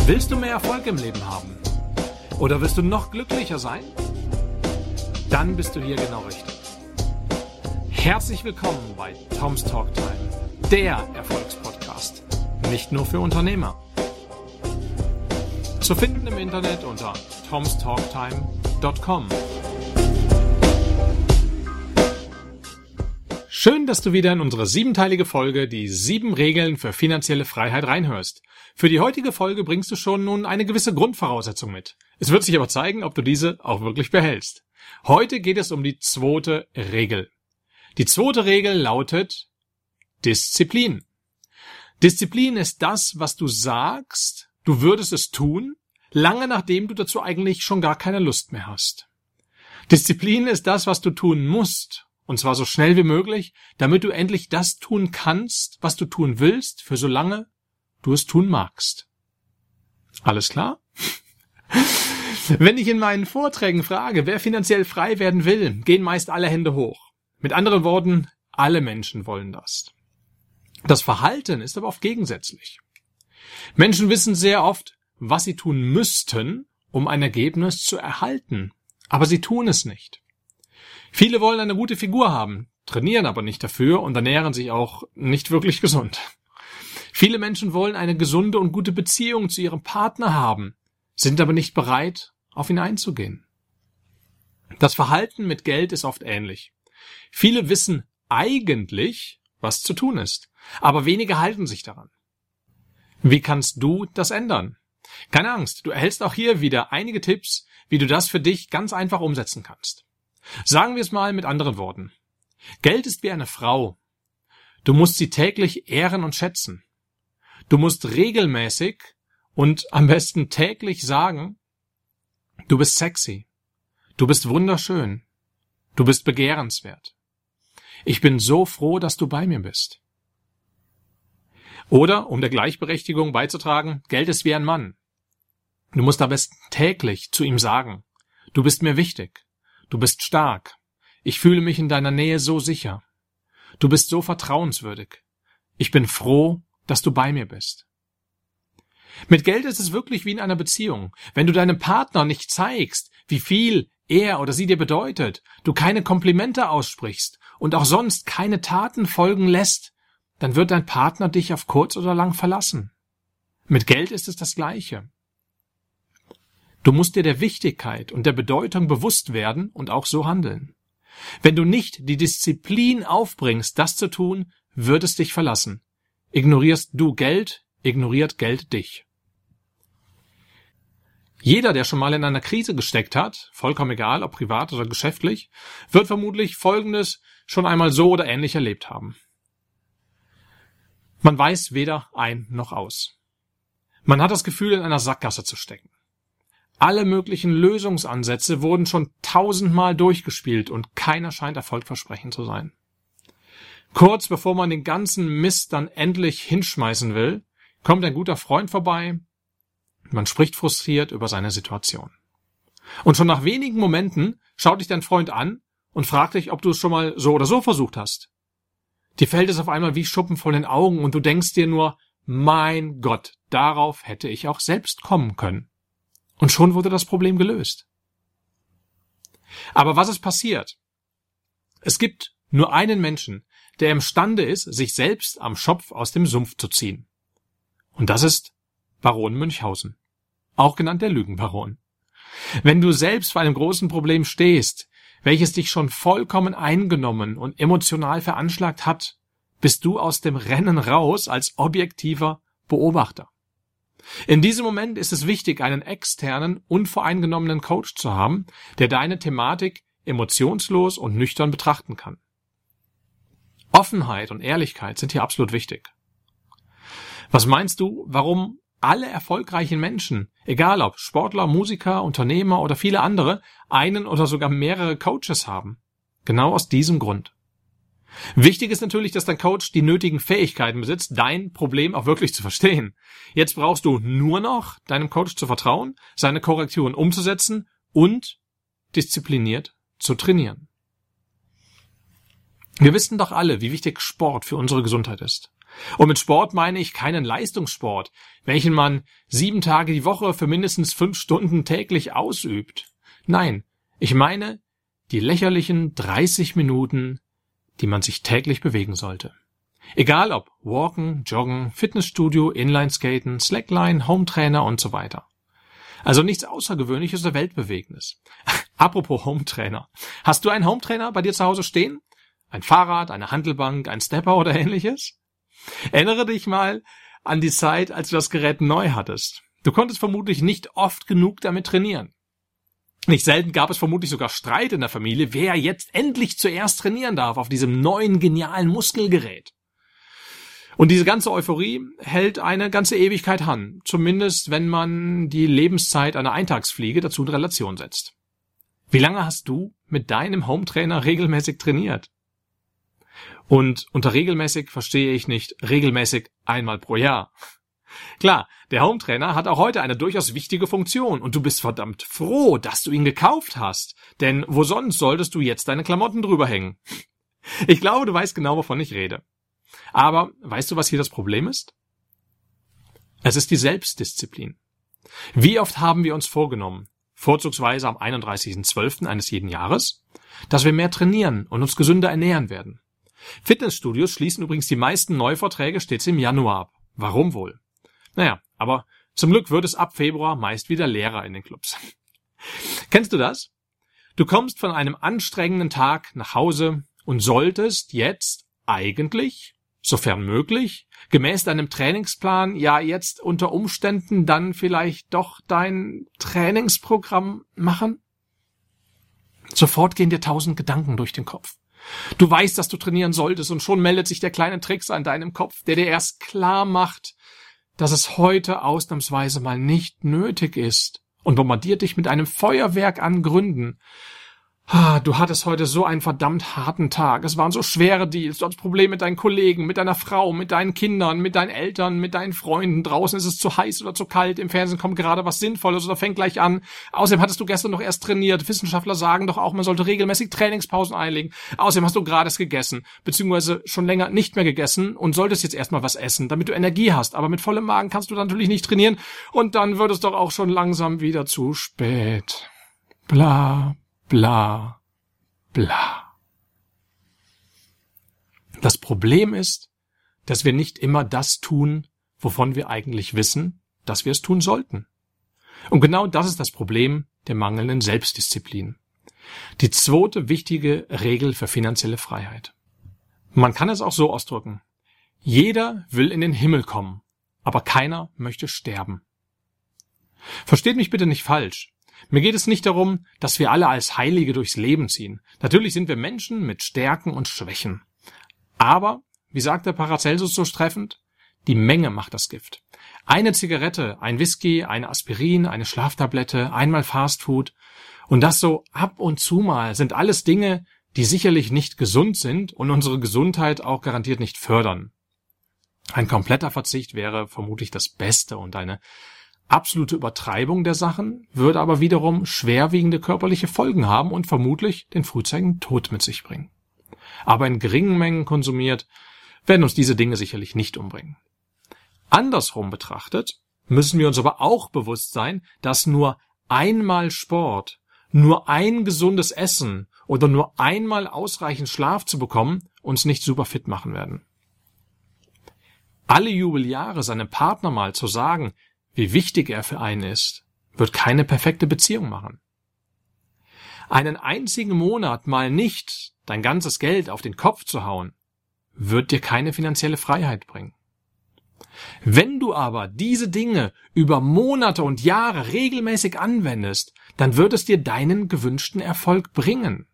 Willst du mehr Erfolg im Leben haben? Oder willst du noch glücklicher sein? Dann bist du hier genau richtig. Herzlich willkommen bei Tom's Talk Time, der Erfolgspodcast. Nicht nur für Unternehmer. Zu finden im Internet unter tomstalktime.com. Schön, dass du wieder in unsere 7-teilige Folge, die 7 Regeln für finanzielle Freiheit, reinhörst. Für die heutige Folge bringst du schon nun eine gewisse Grundvoraussetzung mit. Es wird sich aber zeigen, ob du diese auch wirklich behältst. Heute geht es um die 2. Regel. Die 2. Regel lautet Disziplin. Disziplin ist das, was du sagst, du würdest es tun, lange nachdem du dazu eigentlich schon gar keine Lust mehr hast. Disziplin ist das, was du tun musst, und zwar so schnell wie möglich, damit du endlich das tun kannst, was du tun willst, für so lange du es tun magst. Alles klar? Wenn ich in meinen Vorträgen frage, wer finanziell frei werden will, gehen meist alle Hände hoch. Mit anderen Worten, alle Menschen wollen das. Das Verhalten ist aber oft gegensätzlich. Menschen wissen sehr oft, was sie tun müssten, um ein Ergebnis zu erhalten, aber sie tun es nicht. Viele wollen eine gute Figur haben, trainieren aber nicht dafür und ernähren sich auch nicht wirklich gesund. Viele Menschen wollen eine gesunde und gute Beziehung zu ihrem Partner haben, sind aber nicht bereit, auf ihn einzugehen. Das Verhalten mit Geld ist oft ähnlich. Viele wissen eigentlich, was zu tun ist, aber wenige halten sich daran. Wie kannst du das ändern? Keine Angst, du erhältst auch hier wieder einige Tipps, wie du das für dich ganz einfach umsetzen kannst. Sagen wir es mal mit anderen Worten. Geld ist wie eine Frau. Du musst sie täglich ehren und schätzen. Du musst regelmäßig und am besten täglich sagen, du bist sexy, du bist wunderschön, du bist begehrenswert. Ich bin so froh, dass du bei mir bist. Oder, um der Gleichberechtigung beizutragen, Geld ist wie ein Mann. Du musst am besten täglich zu ihm sagen, du bist mir wichtig, du bist stark, ich fühle mich in deiner Nähe so sicher, du bist so vertrauenswürdig, ich bin froh, dass du bei mir bist. Mit Geld ist es wirklich wie in einer Beziehung. Wenn du deinem Partner nicht zeigst, wie viel er oder sie dir bedeutet, du keine Komplimente aussprichst und auch sonst keine Taten folgen lässt, dann wird dein Partner dich auf kurz oder lang verlassen. Mit Geld ist es das Gleiche. Du musst dir der Wichtigkeit und der Bedeutung bewusst werden und auch so handeln. Wenn du nicht die Disziplin aufbringst, das zu tun, wird es dich verlassen. Ignorierst du Geld, ignoriert Geld dich. Jeder, der schon mal in einer Krise gesteckt hat, vollkommen egal, ob privat oder geschäftlich, wird vermutlich Folgendes schon einmal so oder ähnlich erlebt haben. Man weiß weder ein noch aus. Man hat das Gefühl, in einer Sackgasse zu stecken. Alle möglichen Lösungsansätze wurden schon 1000-mal durchgespielt und keiner scheint erfolgversprechend zu sein. Kurz bevor man den ganzen Mist dann endlich hinschmeißen will, kommt ein guter Freund vorbei, man spricht frustriert über seine Situation. Und schon nach wenigen Momenten schaut dich dein Freund an und fragt dich, ob du es schon mal so oder so versucht hast. Dir fällt es auf einmal wie Schuppen von den Augen und du denkst dir nur, mein Gott, darauf hätte ich auch selbst kommen können. Und schon wurde das Problem gelöst. Aber was ist passiert? Es gibt nur einen Menschen, der imstande ist, sich selbst am Schopf aus dem Sumpf zu ziehen. Und das ist Baron Münchhausen, auch genannt der Lügenbaron. Wenn du selbst vor einem großen Problem stehst, welches dich schon vollkommen eingenommen und emotional veranschlagt hat, bist du aus dem Rennen raus als objektiver Beobachter. In diesem Moment ist es wichtig, einen externen, unvoreingenommenen Coach zu haben, der deine Thematik emotionslos und nüchtern betrachten kann. Offenheit und Ehrlichkeit sind hier absolut wichtig. Was meinst du, warum alle erfolgreichen Menschen, egal ob Sportler, Musiker, Unternehmer oder viele andere, einen oder sogar mehrere Coaches haben? Genau aus diesem Grund. Wichtig ist natürlich, dass dein Coach die nötigen Fähigkeiten besitzt, dein Problem auch wirklich zu verstehen. Jetzt brauchst du nur noch deinem Coach zu vertrauen, seine Korrekturen umzusetzen und diszipliniert zu trainieren. Wir wissen doch alle, wie wichtig Sport für unsere Gesundheit ist. Und mit Sport meine ich keinen Leistungssport, welchen man 7 Tage die Woche für mindestens 5 Stunden täglich ausübt. Nein, ich meine die lächerlichen 30 Minuten, die man sich täglich bewegen sollte. Egal ob Walken, Joggen, Fitnessstudio, Inlineskaten, Slackline, Hometrainer und so weiter. Also nichts Außergewöhnliches oder Weltbewegendes. Apropos Hometrainer. Hast du einen Hometrainer bei dir zu Hause stehen? Ein Fahrrad, eine Hantelbank, ein Stepper oder ähnliches? Erinnere dich mal an die Zeit, als du das Gerät neu hattest. Du konntest vermutlich nicht oft genug damit trainieren. Nicht selten gab es vermutlich sogar Streit in der Familie, wer jetzt endlich zuerst trainieren darf auf diesem neuen, genialen Muskelgerät. Und diese ganze Euphorie hält eine ganze Ewigkeit an, zumindest wenn man die Lebenszeit einer Eintagsfliege dazu in Relation setzt. Wie lange hast du mit deinem Hometrainer regelmäßig trainiert? Und unter regelmäßig verstehe ich nicht regelmäßig einmal pro Jahr. Klar, der Hometrainer hat auch heute eine durchaus wichtige Funktion und du bist verdammt froh, dass du ihn gekauft hast, denn wo sonst solltest du jetzt deine Klamotten drüber hängen? Ich glaube, du weißt genau, wovon ich rede. Aber weißt du, was hier das Problem ist? Es ist die Selbstdisziplin. Wie oft haben wir uns vorgenommen, vorzugsweise am 31.12. eines jeden Jahres, dass wir mehr trainieren und uns gesünder ernähren werden? Fitnessstudios schließen übrigens die meisten Neuverträge stets im Januar ab. Warum wohl? Naja, aber zum Glück wird es ab Februar meist wieder leerer in den Clubs. Kennst du das? Du kommst von einem anstrengenden Tag nach Hause und solltest jetzt eigentlich, sofern möglich, gemäß deinem Trainingsplan ja jetzt unter Umständen dann vielleicht doch dein Trainingsprogramm machen? Sofort gehen dir 1000 Gedanken durch den Kopf. Du weißt, dass du trainieren solltest und schon meldet sich der kleine Trickser in deinem Kopf, der dir erst klar macht, dass es heute ausnahmsweise mal nicht nötig ist und bombardiert dich mit einem Feuerwerk an Gründen. Du hattest heute so einen verdammt harten Tag. Es waren so schwere Deals. Du hattest Probleme mit deinen Kollegen, mit deiner Frau, mit deinen Kindern, mit deinen Eltern, mit deinen Freunden. Draußen ist es zu heiß oder zu kalt. Im Fernsehen kommt gerade was Sinnvolles oder fängt gleich an. Außerdem hattest du gestern noch erst trainiert. Wissenschaftler sagen doch auch, man sollte regelmäßig Trainingspausen einlegen. Außerdem hast du gerade erst gegessen, beziehungsweise schon länger nicht mehr gegessen und solltest jetzt erstmal was essen, damit du Energie hast. Aber mit vollem Magen kannst du dann natürlich nicht trainieren und dann wird es doch auch schon langsam wieder zu spät. Bla. Bla, bla. Das Problem ist, dass wir nicht immer das tun, wovon wir eigentlich wissen, dass wir es tun sollten. Und genau das ist das Problem der mangelnden Selbstdisziplin. Die zweite wichtige Regel für finanzielle Freiheit. Man kann es auch so ausdrücken. Jeder will in den Himmel kommen, aber keiner möchte sterben. Versteht mich bitte nicht falsch. Mir geht es nicht darum, dass wir alle als Heilige durchs Leben ziehen. Natürlich sind wir Menschen mit Stärken und Schwächen. Aber, wie sagt der Paracelsus so treffend, die Menge macht das Gift. Eine Zigarette, ein Whisky, eine Aspirin, eine Schlaftablette, einmal Fastfood und das so ab und zu mal sind alles Dinge, die sicherlich nicht gesund sind und unsere Gesundheit auch garantiert nicht fördern. Ein kompletter Verzicht wäre vermutlich das Beste und eine absolute Übertreibung der Sachen würde aber wiederum schwerwiegende körperliche Folgen haben und vermutlich den frühzeitigen Tod mit sich bringen. Aber in geringen Mengen konsumiert, werden uns diese Dinge sicherlich nicht umbringen. Andersrum betrachtet müssen wir uns aber auch bewusst sein, dass nur einmal Sport, nur ein gesundes Essen oder nur einmal ausreichend Schlaf zu bekommen, uns nicht super fit machen werden. Alle Jubeljahre seinem Partner mal zu sagen, wie wichtig er für einen ist, wird keine perfekte Beziehung machen. Einen einzigen Monat mal nicht dein ganzes Geld auf den Kopf zu hauen, wird dir keine finanzielle Freiheit bringen. Wenn du aber diese Dinge über Monate und Jahre regelmäßig anwendest, dann wird es dir deinen gewünschten Erfolg bringen.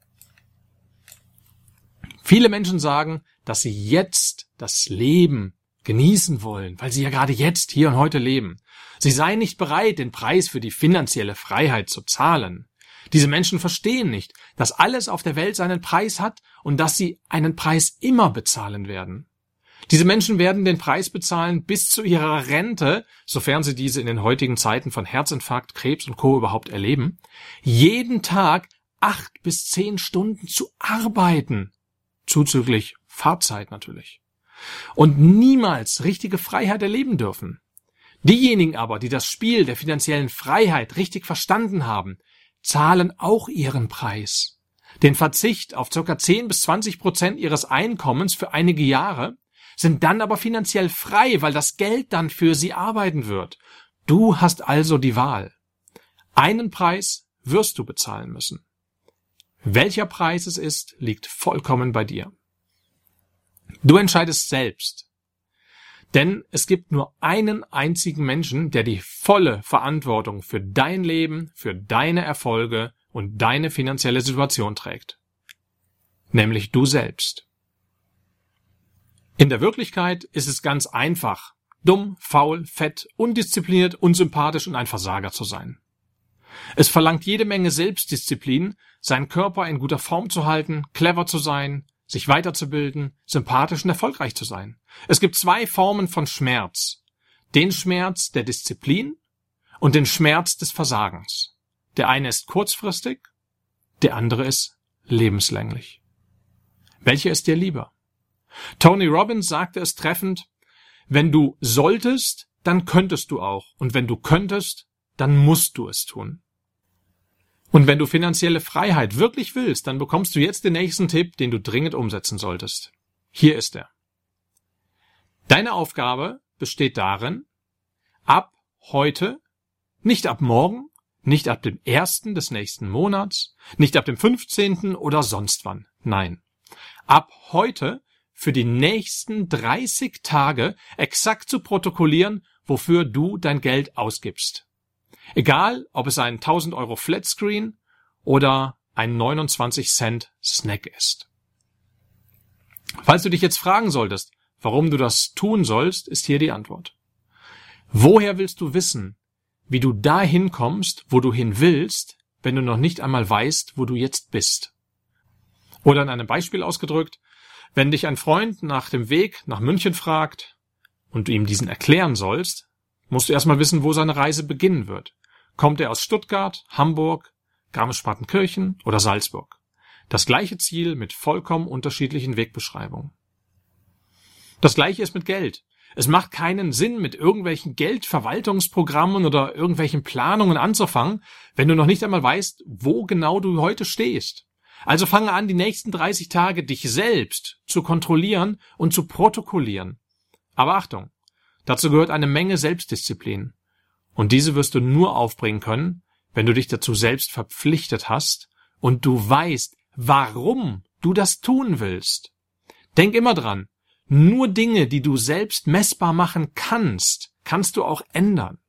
Viele Menschen sagen, dass sie jetzt das Leben genießen wollen, weil sie ja gerade jetzt, hier und heute leben. Sie seien nicht bereit, den Preis für die finanzielle Freiheit zu zahlen. Diese Menschen verstehen nicht, dass alles auf der Welt seinen Preis hat und dass sie einen Preis immer bezahlen werden. Diese Menschen werden den Preis bezahlen bis zu ihrer Rente, sofern sie diese in den heutigen Zeiten von Herzinfarkt, Krebs und Co. überhaupt erleben, jeden Tag 8 bis 10 Stunden zu arbeiten. Zuzüglich Fahrzeit natürlich. und niemals richtige Freiheit erleben dürfen. Diejenigen aber, die das Spiel der finanziellen Freiheit richtig verstanden haben, zahlen auch ihren Preis. Den Verzicht auf ca. 10-20% ihres Einkommens für einige Jahre, sind dann aber finanziell frei, weil das Geld dann für sie arbeiten wird. Du hast also die Wahl. Einen Preis wirst du bezahlen müssen. Welcher Preis es ist, liegt vollkommen bei dir. Du entscheidest selbst. Denn es gibt nur einen einzigen Menschen, der die volle Verantwortung für dein Leben, für deine Erfolge und deine finanzielle Situation trägt. Nämlich du selbst. In der Wirklichkeit ist es ganz einfach, dumm, faul, fett, undiszipliniert, unsympathisch und ein Versager zu sein. Es verlangt jede Menge Selbstdisziplin, seinen Körper in guter Form zu halten, clever zu sein, sich weiterzubilden, sympathisch und erfolgreich zu sein. Es gibt zwei Formen von Schmerz. Den Schmerz der Disziplin und den Schmerz des Versagens. Der eine ist kurzfristig, der andere ist lebenslänglich. Welcher ist dir lieber? Tony Robbins sagte es treffend: Wenn du solltest, dann könntest du auch. Und wenn du könntest, dann musst du es tun. Und wenn du finanzielle Freiheit wirklich willst, dann bekommst du jetzt den nächsten Tipp, den du dringend umsetzen solltest. Hier ist er. Deine Aufgabe besteht darin, ab heute, nicht ab morgen, nicht ab dem 1. des nächsten Monats, nicht ab dem 15. oder sonst wann. Nein. Ab heute für die nächsten 30 Tage exakt zu protokollieren, wofür du dein Geld ausgibst. Egal, ob es ein 1000 € Flatscreen oder ein 29 Cent Snack ist. Falls du dich jetzt fragen solltest, warum du das tun sollst, ist hier die Antwort. Woher willst du wissen, wie du dahin kommst, wo du hin willst, wenn du noch nicht einmal weißt, wo du jetzt bist? Oder in einem Beispiel ausgedrückt: Wenn dich ein Freund nach dem Weg nach München fragt und du ihm diesen erklären sollst, musst du erstmal wissen, wo seine Reise beginnen wird. Kommt er aus Stuttgart, Hamburg, Garmisch-Partenkirchen oder Salzburg? Das gleiche Ziel mit vollkommen unterschiedlichen Wegbeschreibungen. Das gleiche ist mit Geld. Es macht keinen Sinn, mit irgendwelchen Geldverwaltungsprogrammen oder irgendwelchen Planungen anzufangen, wenn du noch nicht einmal weißt, wo genau du heute stehst. Also fange an, die nächsten 30 Tage dich selbst zu kontrollieren und zu protokollieren. Aber Achtung, dazu gehört eine Menge Selbstdisziplin. Und diese wirst du nur aufbringen können, wenn du dich dazu selbst verpflichtet hast und du weißt, warum du das tun willst. Denk immer dran, nur Dinge, die du selbst messbar machen kannst, kannst du auch ändern.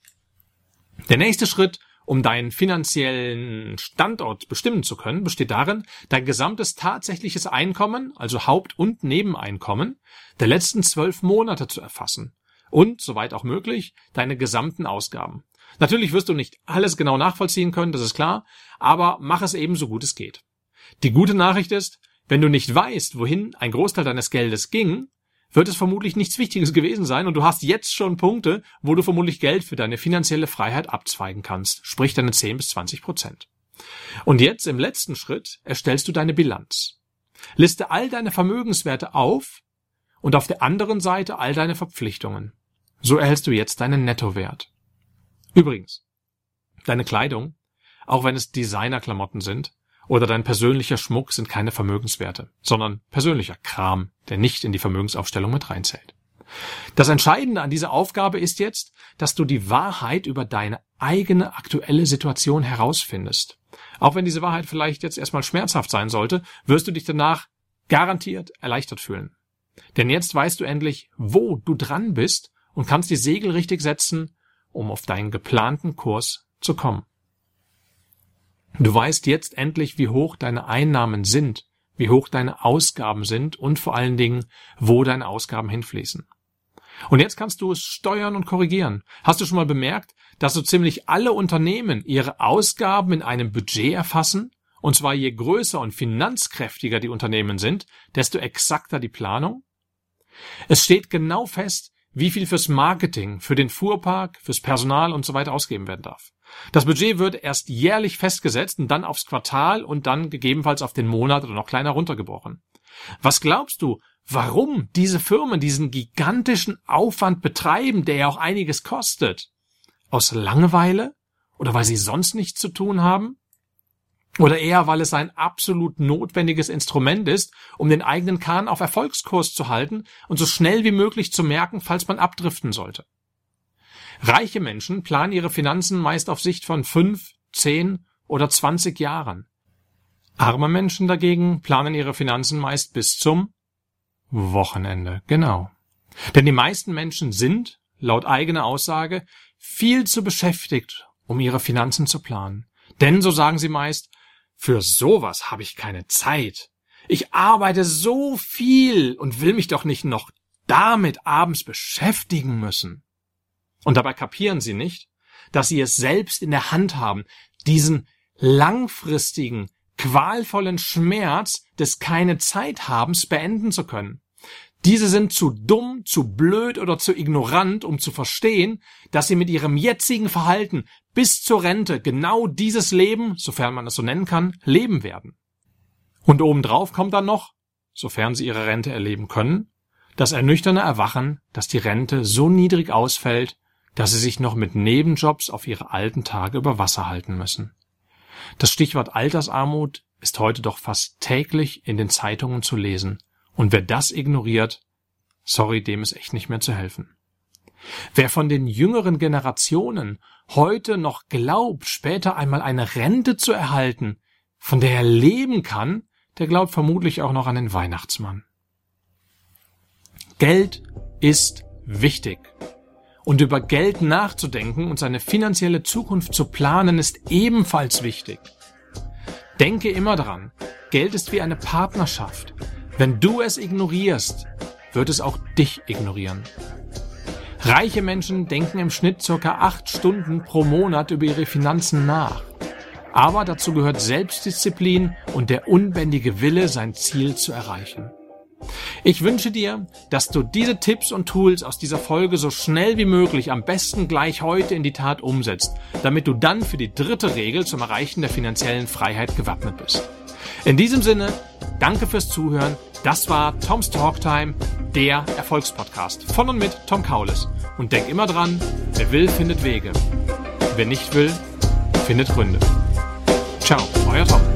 Der nächste Schritt, um deinen finanziellen Standort bestimmen zu können, besteht darin, dein gesamtes tatsächliches Einkommen, also Haupt- und Nebeneinkommen, der letzten 12 Monate zu erfassen. Und, soweit auch möglich, deine gesamten Ausgaben. Natürlich wirst du nicht alles genau nachvollziehen können, das ist klar, aber mach es eben so gut es geht. Die gute Nachricht ist, wenn du nicht weißt, wohin ein Großteil deines Geldes ging, wird es vermutlich nichts Wichtiges gewesen sein und du hast jetzt schon Punkte, wo du vermutlich Geld für deine finanzielle Freiheit abzweigen kannst, sprich deine 10-20%. Und jetzt im letzten Schritt erstellst du deine Bilanz. Liste all deine Vermögenswerte auf und auf der anderen Seite all deine Verpflichtungen. So erhältst du jetzt deinen Nettowert. Übrigens, deine Kleidung, auch wenn es Designerklamotten sind, oder dein persönlicher Schmuck sind keine Vermögenswerte, sondern persönlicher Kram, der nicht in die Vermögensaufstellung mit reinzählt. Das Entscheidende an dieser Aufgabe ist jetzt, dass du die Wahrheit über deine eigene aktuelle Situation herausfindest. Auch wenn diese Wahrheit vielleicht jetzt erstmal schmerzhaft sein sollte, wirst du dich danach garantiert erleichtert fühlen. Denn jetzt weißt du endlich, wo du dran bist und kannst die Segel richtig setzen, um auf deinen geplanten Kurs zu kommen. Du weißt jetzt endlich, wie hoch deine Einnahmen sind, wie hoch deine Ausgaben sind und vor allen Dingen, wo deine Ausgaben hinfließen. Und jetzt kannst du es steuern und korrigieren. Hast du schon mal bemerkt, dass so ziemlich alle Unternehmen ihre Ausgaben in einem Budget erfassen? Und zwar je größer und finanzkräftiger die Unternehmen sind, desto exakter die Planung? Es steht genau fest, wie viel fürs Marketing, für den Fuhrpark, fürs Personal und so weiter ausgegeben werden darf. Das Budget wird erst jährlich festgesetzt und dann aufs Quartal und dann gegebenenfalls auf den Monat oder noch kleiner runtergebrochen. Was glaubst du, warum diese Firmen diesen gigantischen Aufwand betreiben, der ja auch einiges kostet. Aus Langeweile? Oder weil sie sonst nichts zu tun haben? Oder eher, weil es ein absolut notwendiges Instrument ist, um den eigenen Kahn auf Erfolgskurs zu halten und so schnell wie möglich zu merken, falls man abdriften sollte. Reiche Menschen planen ihre Finanzen meist auf Sicht von 5, 10 oder 20 Jahren. Arme Menschen dagegen planen ihre Finanzen meist bis zum Wochenende, genau. Denn die meisten Menschen sind, laut eigener Aussage, viel zu beschäftigt, um ihre Finanzen zu planen. Denn, so sagen sie meist, für sowas habe ich keine Zeit. Ich arbeite so viel und will mich doch nicht noch damit abends beschäftigen müssen. Und dabei kapieren sie nicht, dass sie es selbst in der Hand haben, diesen langfristigen, qualvollen Schmerz des Keine-Zeit-Habens beenden zu können. Diese sind zu dumm, zu blöd oder zu ignorant, um zu verstehen, dass sie mit ihrem jetzigen Verhalten bis zur Rente genau dieses Leben, sofern man es so nennen kann, leben werden. Und obendrauf kommt dann noch, sofern sie ihre Rente erleben können, das ernüchternde Erwachen, dass die Rente so niedrig ausfällt, dass sie sich noch mit Nebenjobs auf ihre alten Tage über Wasser halten müssen. Das Stichwort Altersarmut ist heute doch fast täglich in den Zeitungen zu lesen. Und wer das ignoriert, sorry, dem ist echt nicht mehr zu helfen. Wer von den jüngeren Generationen heute noch glaubt, später einmal eine Rente zu erhalten, von der er leben kann, der glaubt vermutlich auch noch an den Weihnachtsmann. Geld ist wichtig. Und über Geld nachzudenken und seine finanzielle Zukunft zu planen, ist ebenfalls wichtig. Denke immer daran, Geld ist wie eine Partnerschaft. Wenn du es ignorierst, wird es auch dich ignorieren. Reiche Menschen denken im Schnitt ca. 8 Stunden pro Monat über ihre Finanzen nach. Aber dazu gehört Selbstdisziplin und der unbändige Wille, sein Ziel zu erreichen. Ich wünsche dir, dass du diese Tipps und Tools aus dieser Folge so schnell wie möglich, am besten gleich heute in die Tat umsetzt, damit du dann für die 3. Regel zum Erreichen der finanziellen Freiheit gewappnet bist. In diesem Sinne, danke fürs Zuhören. Das war Tom's Talktime, der Erfolgspodcast von und mit Tom Kaulis. Und denk immer dran, wer will, findet Wege. Wer nicht will, findet Gründe. Ciao, euer Tom.